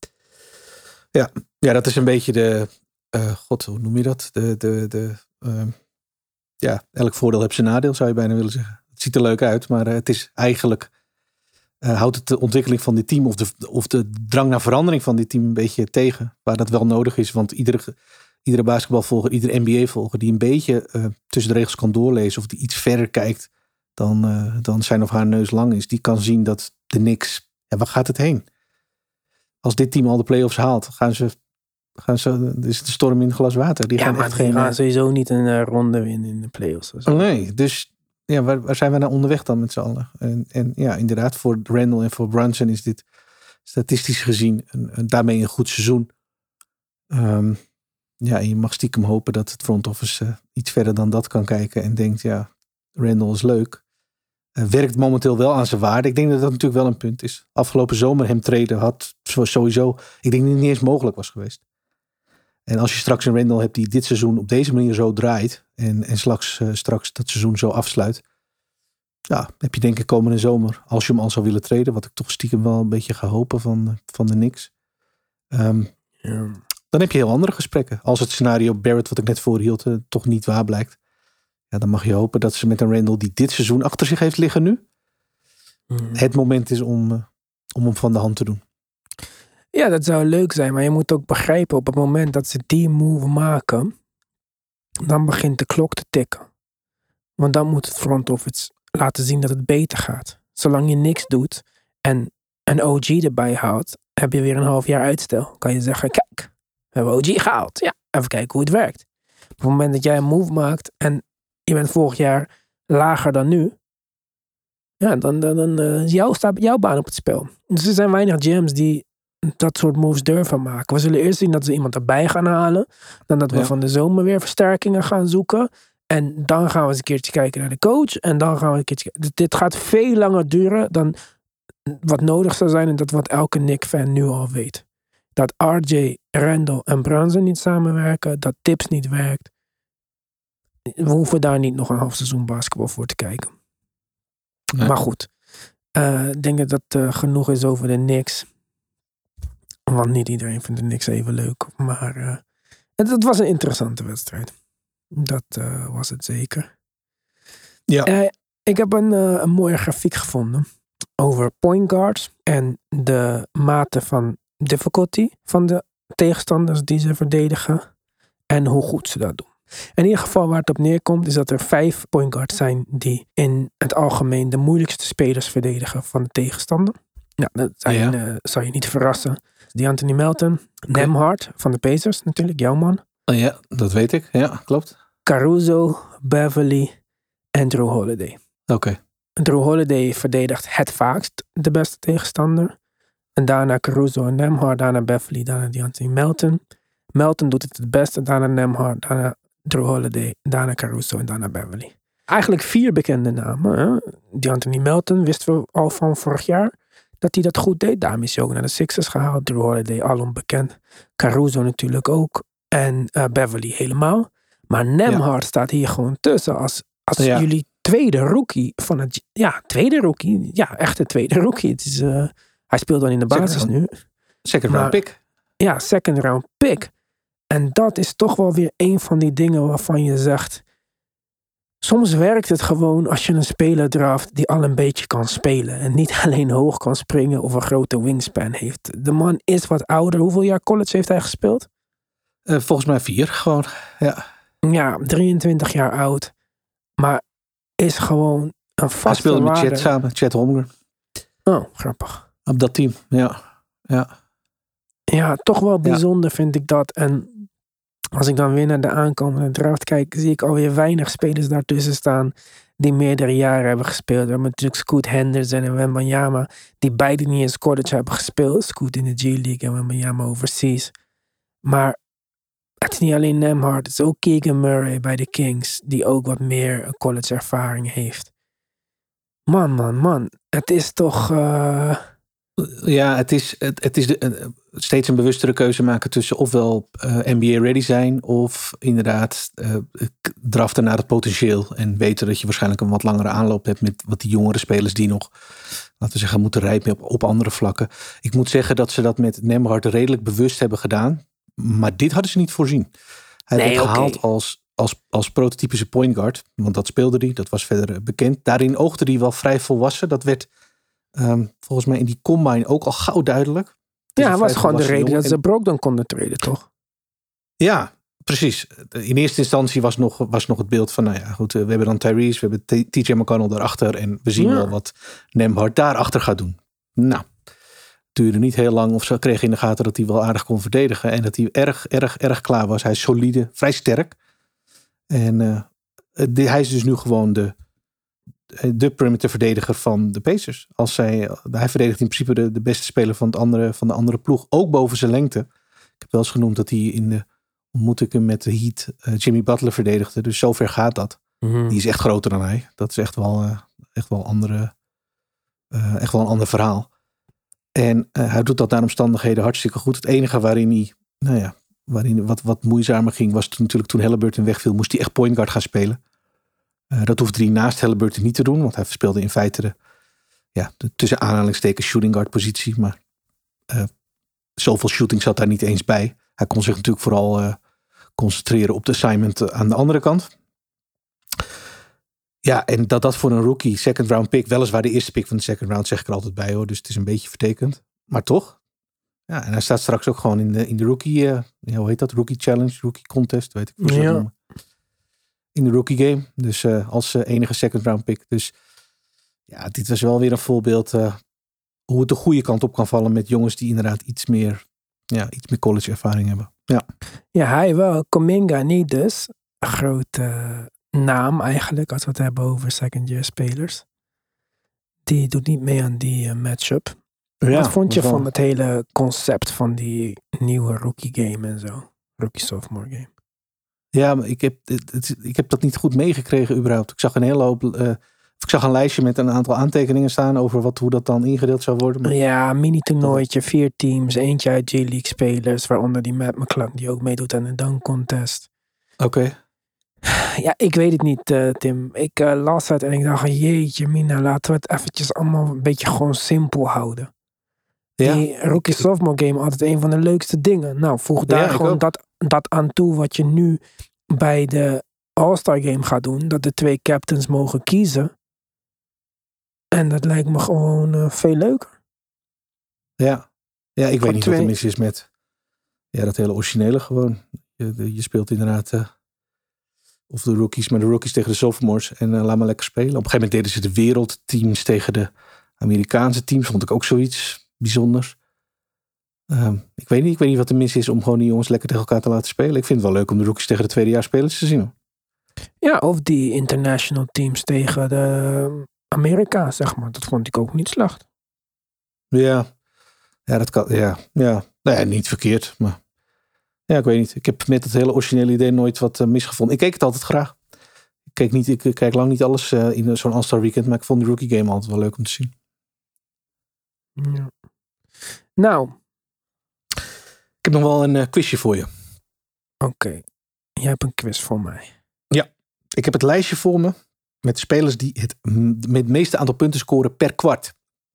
S3: Ja, ja, dat is een beetje de... Uh, God, hoe noem je dat? De, de, de, uh, ja, elk voordeel heeft zijn nadeel, zou je bijna willen zeggen. Het ziet er leuk uit, maar uh, het is eigenlijk... Uh, houdt het de ontwikkeling van dit team... Of de, of de drang naar verandering van dit team een beetje tegen. Waar dat wel nodig is. Want iedere, iedere basketbalvolger, iedere N B A-volger... die een beetje uh, tussen de regels kan doorlezen... of die iets verder kijkt dan, uh, dan zijn of haar neus lang is... die kan zien dat de Knicks... Ja, waar gaat het heen? Als dit team al de play-offs haalt... gaan ze... Gaan ze, is het een storm in een glas water. Die
S1: ja,
S3: gaan
S1: maar
S3: echt
S1: die
S3: geen,
S1: gaan sowieso niet een uh, ronde winnen in de play-offs.
S3: Oh, nee, dus ja, waar, waar zijn we nou onderweg dan met z'n allen? En, en ja, inderdaad, voor Randle en voor Brunson is dit statistisch gezien een, een, daarmee een goed seizoen. Um, ja, en je mag stiekem hopen dat het front office uh, iets verder dan dat kan kijken en denkt, ja, Randle is leuk. Uh, werkt momenteel wel aan zijn waarde. Ik denk dat dat natuurlijk wel een punt is. Afgelopen zomer hem treden had sowieso, ik denk dat het niet eens mogelijk was geweest. En als je straks een Randle hebt die dit seizoen op deze manier zo draait. En, en straks, uh, straks dat seizoen zo afsluit. Ja, heb je denk ik komende zomer. Als je hem al zou willen treden. Wat ik toch stiekem wel een beetje ga hopen van, van de Knicks. Um, ja. Dan heb je heel andere gesprekken. Als het scenario Barrett wat ik net voorhield uh, toch niet waar blijkt. Ja, dan mag je hopen dat ze met een Randle die dit seizoen achter zich heeft liggen nu. Mm. Het moment is om, uh, om hem van de hand te doen.
S1: Ja, dat zou leuk zijn. Maar je moet ook begrijpen, op het moment dat ze die move maken, dan begint de klok te tikken. Want dan moet het front office laten zien dat het beter gaat. Zolang je niks doet en een O G erbij houdt, heb je weer een half jaar uitstel. Kan je zeggen, kijk, we hebben O G gehaald. Ja, even kijken hoe het werkt. Op het moment dat jij een move maakt en je bent vorig jaar lager dan nu, ja, dan, dan, dan uh, jou, staat jouw baan op het spel. Dus er zijn weinig G M's die dat soort moves durven maken. We zullen eerst zien dat ze iemand erbij gaan halen. Dan dat we ja. van de zomer weer versterkingen gaan zoeken. En dan gaan we eens een keertje kijken naar de coach. En dan gaan we een keertje... Dit gaat veel langer duren dan wat nodig zou zijn. En dat wat elke Knicks-fan nu al weet. Dat R J, Randle en Brunson niet samenwerken. Dat Tips niet werkt. We hoeven daar niet nog een half seizoen basketbal voor te kijken. Nee. Maar goed. Uh, ik denk dat dat uh, genoeg is over de Knicks. Want niet iedereen vindt de Knicks even leuk. Maar uh, het, het was een interessante wedstrijd. Dat uh, was het zeker. Ja. Uh, ik heb een, uh, een mooie grafiek gevonden. Over point guards. En de mate van difficulty van de tegenstanders die ze verdedigen. En hoe goed ze dat doen. In ieder geval waar het op neerkomt is dat er vijf point guards zijn die in het algemeen de moeilijkste spelers verdedigen van de tegenstander. Ja, dat zijn, ja. uh, zal je niet verrassen. DeAnthony Melton, okay. Nembhard van de Pacers natuurlijk, jouw man.
S3: Oh ja, dat weet ik. Ja, klopt.
S1: Caruso, Beverly en Drew Holiday.
S3: Oké. Okay.
S1: Drew Holiday verdedigt het vaakst de beste tegenstander. En daarna Caruso en Nembhard, daarna Beverly, daarna DeAnthony Melton. Melton doet het het beste, daarna Nembhard, daarna Drew Holiday, daarna Caruso en daarna Beverly. Eigenlijk vier bekende namen. Hè? DeAnthony Melton wisten we al van vorig jaar dat hij dat goed deed. Daarom is hij ook naar de Sixers gehaald. Drew Holiday al onbekend. Caruso natuurlijk ook. En uh, Beverly helemaal. Maar Nembhard ja. staat hier gewoon tussen als, als ja. jullie tweede rookie van het... Ja, tweede rookie. Ja, echte tweede rookie. Het is, uh, hij speelt dan in de basis
S3: second
S1: nu.
S3: Second round pick.
S1: Ja, second round pick. En dat is toch wel weer een van die dingen waarvan je zegt... Soms werkt het gewoon als je een speler draft die al een beetje kan spelen. En niet alleen hoog kan springen of een grote wingspan heeft. De man is wat ouder. Hoeveel jaar college heeft hij gespeeld?
S3: Uh, volgens mij vier gewoon, ja.
S1: Ja, drieëntwintig jaar oud. Maar is gewoon een vaste
S3: Hij speelde
S1: waarde.
S3: met Chet samen, Chet Holmgren.
S1: Oh, grappig.
S3: Op dat team, ja. Ja,
S1: ja toch wel bijzonder ja. vind ik dat. En als ik dan weer naar de aankomende draft kijk, zie ik alweer weinig spelers daartussen staan die meerdere jaren hebben gespeeld. We hebben natuurlijk Scoot Henderson en Wembanyama, die beide niet eens college hebben gespeeld. Scoot in de G-League en Wembanyama overseas. Maar het is niet alleen Nembhard, het is ook Keegan Murray bij de Kings, die ook wat meer college ervaring heeft. Man, man, man. Het is toch... Uh...
S3: Ja, het is, het, het is de, steeds een bewustere keuze maken tussen ofwel uh, N B A-ready zijn of inderdaad uh, draften naar het potentieel en weten dat je waarschijnlijk een wat langere aanloop hebt met wat die jongere spelers die nog, laten we zeggen, moeten rijpen op, op andere vlakken. Ik moet zeggen dat ze dat met Nembhard redelijk bewust hebben gedaan, maar dit hadden ze niet voorzien. Hij
S1: nee,
S3: werd
S1: okay.
S3: gehaald als, als, als prototypische point guard, want dat speelde hij, dat was verder bekend. Daarin oogde hij wel vrij volwassen. Dat werd um, volgens mij in die combine ook al gauw duidelijk.
S1: Ja, dat was gewoon de reden dat ze Brogdon konden treden, toch?
S3: Ja, precies. In eerste instantie was nog, was nog het beeld van, nou ja, goed, we hebben dan Tyrese, we hebben T J McConnell daarachter en we zien ja. wel wat Nembhard daarachter gaat doen. Nou, het duurde niet heel lang of ze kregen in de gaten dat hij wel aardig kon verdedigen en dat hij erg, erg, erg klaar was. Hij is solide, vrij sterk. En uh, de, hij is dus nu gewoon de, de perimeter verdediger van de Pacers. Als zij, hij verdedigt in principe de, de beste speler van, het andere, van de andere ploeg. Ook boven zijn lengte. Ik heb wel eens genoemd dat hij in de ontmoetingen met de Heat uh, Jimmy Butler verdedigde. Dus zover gaat dat. Mm-hmm. Die is echt groter dan hij. Dat is echt wel, uh, echt wel, andere, uh, echt wel een ander verhaal. En uh, hij doet dat naar omstandigheden hartstikke goed. Het enige waarin hij, nou ja, waarin wat, wat moeizamer ging, was toen, natuurlijk toen Halliburton wegviel, moest hij echt point guard gaan spelen. Uh, dat hoefde hij naast Halliburton niet te doen, want hij speelde in feite de, ja, de tussen aanhalingstekens shooting guard positie. Maar uh, zoveel shooting zat daar niet eens bij. Hij kon zich natuurlijk vooral uh, concentreren op de assignment aan de andere kant. Ja, en dat dat voor een rookie second round pick, weliswaar de eerste pick van de second round, zeg ik er altijd bij hoor, dus het is een beetje vertekend. Maar toch. Ja, en hij staat straks ook gewoon in de, in de rookie, uh, ja, hoe heet dat? Rookie challenge, rookie contest, weet ik hoe ze dat noemen. In de rookie game. Dus uh, als uh, enige second round pick. Dus ja, dit was wel weer een voorbeeld uh, hoe het de goede kant op kan vallen met jongens die inderdaad iets meer, ja, iets meer college ervaring hebben. Ja,
S1: ja hij wel. Kuminga niet dus. Een grote uh, naam eigenlijk, als we het hebben over second year spelers. Die doet niet mee aan die uh, matchup. Ja, wat vond je van het hele concept van die nieuwe rookie game en zo? Rookie sophomore game.
S3: Ja, maar ik heb, het, het, ik heb dat niet goed meegekregen überhaupt. Ik zag een hele hoop, uh, ik zag een lijstje met een aantal aantekeningen staan over wat, hoe dat dan ingedeeld zou worden. Maar...
S1: Ja, mini-toernooitje, vier teams, eentje uit J-League spelers, waaronder die Matt McClung die ook meedoet aan de dunk contest.
S3: Oké. Okay.
S1: Ja, ik weet het niet, uh, Tim. Ik uh, las het en ik dacht, jeetje mina, laten we het eventjes allemaal een beetje gewoon simpel houden. Ja. Die rookie sophomore game altijd een van de leukste dingen. Nou, voeg daar ja, gewoon dat, dat aan toe wat je nu bij de All-Star game gaat doen. Dat de twee captains mogen kiezen. En dat lijkt me gewoon uh, veel leuker.
S3: Ja, ja ik Van weet niet twee... wat er mis is met ja, dat hele originele gewoon. Je, je speelt inderdaad uh, of de rookies, maar de rookies tegen de sophomores. En uh, laat maar lekker spelen. Op een gegeven moment deden ze de wereldteams tegen de Amerikaanse teams. Vond ik ook zoiets bijzonders. Um, ik weet niet, ik weet niet wat er mis is om gewoon die jongens lekker tegen elkaar te laten spelen. Ik vind het wel leuk om de rookies tegen de tweedejaarsspelers te zien. Hoor.
S1: Ja, of die international teams tegen de Amerika, zeg maar. Dat vond ik ook niet slecht.
S3: Ja, ja dat kan, ja, ja. Nou ja, niet verkeerd, maar ja, ik weet niet. Ik heb met het hele originele idee nooit wat uh, misgevonden. Ik keek het altijd graag. Ik keek, niet, ik kijk lang niet alles uh, in zo'n All-Star weekend, maar ik vond de rookie game altijd wel leuk om te zien.
S1: Ja. Nou.
S3: Ik heb nog wel een uh, quizje voor je.
S1: Oké. Okay. Jij hebt een quiz voor mij.
S3: Ja. Ik heb het lijstje voor me met spelers die het met het meeste aantal punten scoren per kwart.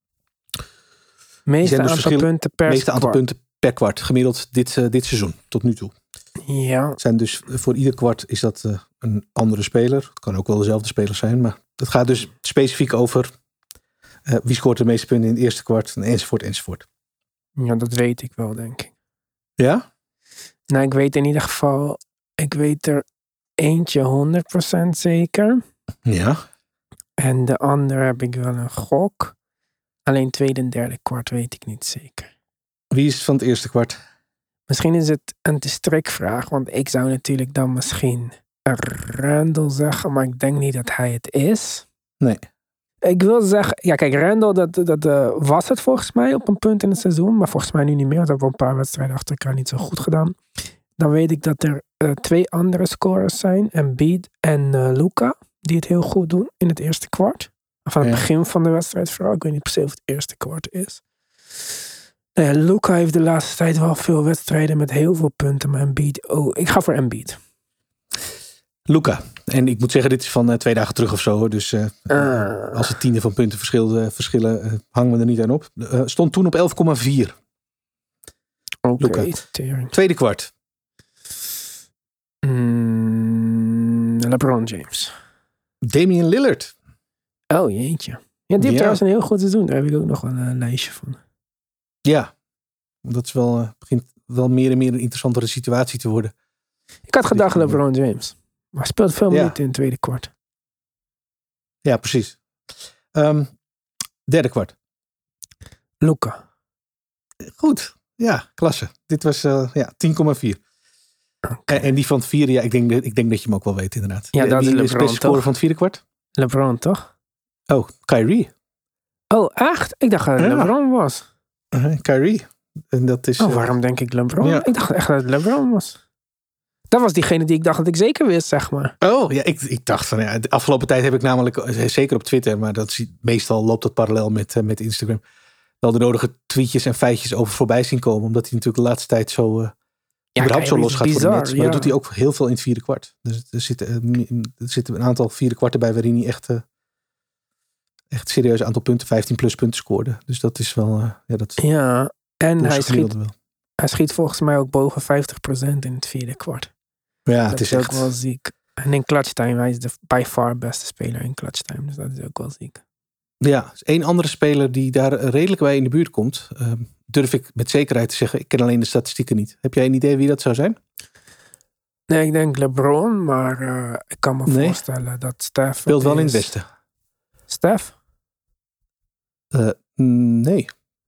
S1: Meeste dus aantal punten per
S3: meeste aantal kwart. punten per kwart. Gemiddeld dit, uh, dit seizoen. Tot nu toe.
S1: Ja.
S3: Het zijn dus voor ieder kwart is dat uh, een andere speler. Het kan ook wel dezelfde speler zijn. Maar het gaat dus specifiek over uh, wie scoort de meeste punten in het eerste kwart. Enzovoort, enzovoort.
S1: Ja, dat weet ik wel, denk ik.
S3: Ja?
S1: Nou, ik weet in ieder geval... Ik weet er eentje honderd procent zeker.
S3: Ja.
S1: En de andere heb ik wel een gok. Alleen tweede en derde kwart weet ik niet zeker.
S3: Wie is het van het eerste kwart?
S1: Misschien is het een te strikvraag. Want ik zou natuurlijk dan misschien Randall zeggen. Maar ik denk niet dat hij het is.
S3: Nee.
S1: Ik wil zeggen... Ja, kijk, Randall, dat, dat uh, was het volgens mij op een punt in het seizoen. Maar volgens mij nu niet meer. Want we hebben een paar wedstrijden achter elkaar niet zo goed gedaan. Dan weet ik dat er uh, twee andere scorers zijn. Embiid en uh, Luka. Die het heel goed doen in het eerste kwart. Van het ja. begin van de wedstrijd vooral. Ik weet niet per se of het eerste kwart is. Uh, Luka heeft de laatste tijd wel veel wedstrijden met heel veel punten. Maar Embiid... Oh, ik ga voor Embiid.
S3: Luka. En ik moet zeggen, dit is van uh, twee dagen terug of zo. Hoor. Dus uh, uh. als het tiende van punten verschil, uh, verschillen, uh, hangen we er niet aan op. Uh, stond toen op elf komma vier.
S1: Oké. Okay.
S3: Tweede kwart.
S1: Mm, LeBron James.
S3: Damian Lillard.
S1: Oh jeetje. Ja, die heeft ja. trouwens een heel goed seizoen. Daar heb ik ook nog wel een lijstje van.
S3: Ja. Dat is wel, uh, begint wel meer en meer een interessantere situatie te worden.
S1: Ik had gedacht LeBron James. Maar hij speelt veel minuten ja. in het tweede kwart.
S3: Ja, precies. Um, derde kwart.
S1: Luka.
S3: Goed. Ja, klasse. Dit was uh, ja, tien komma vier. Okay. En, en die van het vierde, ja, ik denk, ik denk dat je hem ook wel weet inderdaad.
S1: Ja, dat
S3: Wie
S1: is
S3: de
S1: LeBron,
S3: beste scorer van het vierde kwart?
S1: LeBron, toch?
S3: Oh, Kyrie.
S1: Oh, echt? Ik dacht dat het ja. LeBron was.
S3: Uh, Kyrie. En dat is,
S1: oh, waarom uh, denk ik LeBron? Ja. Ik dacht echt dat het LeBron was. Dat was diegene die ik dacht dat ik zeker wist, zeg maar.
S3: Oh, ja, ik, ik dacht van, ja, de afgelopen tijd heb ik namelijk, zeker op Twitter, maar dat is, meestal loopt dat parallel met, uh, met Instagram, wel de nodige tweetjes en feitjes over voorbij zien komen, omdat hij natuurlijk de laatste tijd zo, uh, ja, überhaupt zo los gaat bizar, voor de Nets. Maar ja. dat doet hij ook heel veel in het vierde kwart. Dus er zitten, uh, er zitten een aantal vierde kwarten bij waarin hij echt, uh, echt serieus aantal punten, vijftien plus punten scoorde. Dus dat is wel, uh, ja, dat
S1: ja, en hij schiet, wel. hij schiet volgens mij ook boven vijftig procent in het vierde kwart.
S3: Ja,
S1: dat
S3: het is,
S1: is ook
S3: echt...
S1: wel ziek. En in clutch time, hij is de by far beste speler in clutch time. Dus dat is ook wel ziek.
S3: Ja, is één andere speler die daar redelijk bij in de buurt komt. Uh, durf ik met zekerheid te zeggen. Ik ken alleen de statistieken niet. Heb jij een idee wie dat zou zijn?
S1: Nee, ik denk LeBron. Maar uh, ik kan me nee. voorstellen dat Steph...
S3: Speelt wel is... in het westen.
S1: Steph?
S3: Uh, nee.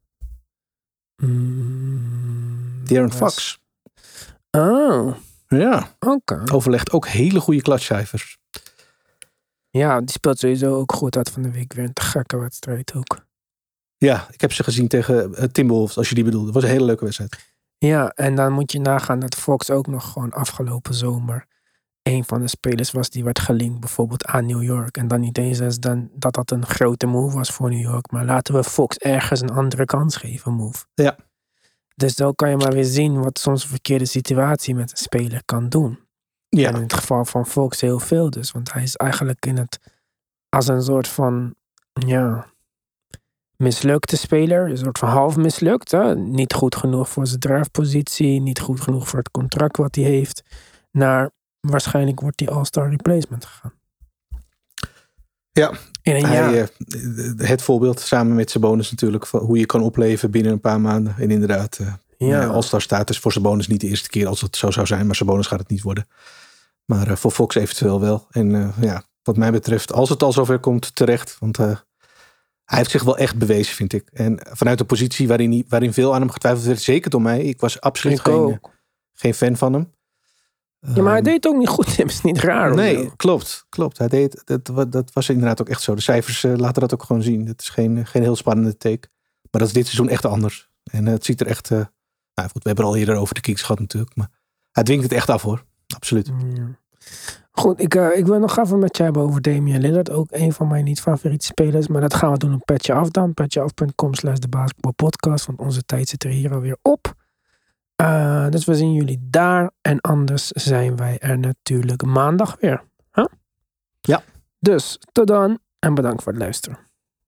S1: Mm,
S3: De'Aaron Fox.
S1: Oh.
S3: Ja.
S1: Oké. Okay.
S3: Overlegt ook hele goede clutchcijfers.
S1: Ja, die speelt sowieso ook goed uit van de week. Weer een te gekke wedstrijd ook.
S3: Ja, ik heb ze gezien tegen uh, Timberwolves, als je die bedoelt. Dat was een hele leuke wedstrijd.
S1: Ja, en dan moet je nagaan dat Fox ook nog gewoon afgelopen zomer een van de spelers was die werd gelinkt bijvoorbeeld aan New York. En dan niet eens als dan, dat dat een grote move was voor New York. Maar laten we Fox ergens een andere kans geven, move.
S3: Ja.
S1: Dus dan kan je maar weer zien wat soms een verkeerde situatie met een speler kan doen.
S3: Ja.
S1: En in het geval van Fox heel veel dus. Want hij is eigenlijk in het als een soort van ja, mislukte speler. Een soort van half mislukt. Hè? Niet goed genoeg voor zijn draftpositie. Niet goed genoeg voor het contract wat hij heeft. Naar waarschijnlijk wordt hij all-star replacement gegaan.
S3: Ja,
S1: in een
S3: hij,
S1: jaar.
S3: het voorbeeld samen met Sabonis natuurlijk. Van hoe je kan opleven binnen een paar maanden. En inderdaad, ja. all-star status voor Sabonis niet de eerste keer als het zo zou zijn. Maar Sabonis gaat het niet worden. Maar uh, voor Fox eventueel wel. En uh, ja, wat mij betreft, als het al zover komt, terecht. Want uh, hij heeft zich wel echt bewezen, vind ik. En vanuit een positie waarin, hij, waarin veel aan hem getwijfeld werd. Zeker door mij. Ik was absoluut ik geen, uh, geen fan van hem.
S1: Ja, maar hij deed het ook niet goed. Dat is niet raar.
S3: Nee,
S1: zo. klopt.
S3: klopt. Hij deed, dat, dat was inderdaad ook echt zo. De cijfers uh, laten dat ook gewoon zien. Het is geen, geen heel spannende take. Maar dat is dit seizoen echt anders. En uh, het ziet er echt... Uh, nou goed, we hebben er al eerder over de Kings gehad natuurlijk. Maar hij dwingt het echt af hoor. Absoluut.
S1: Ja. Goed, ik, uh, ik wil nog even met je hebben over Damian Lillard. Ook een van mijn niet favoriete spelers. Maar dat gaan we doen op Petje Af dan. petjeaf.com slash de basketbalpodcast. Want onze tijd zit er hier alweer op. Uh, dus we zien jullie daar. En anders zijn wij er natuurlijk maandag weer. Huh?
S3: Ja.
S1: Dus tot dan. En bedankt voor het luisteren.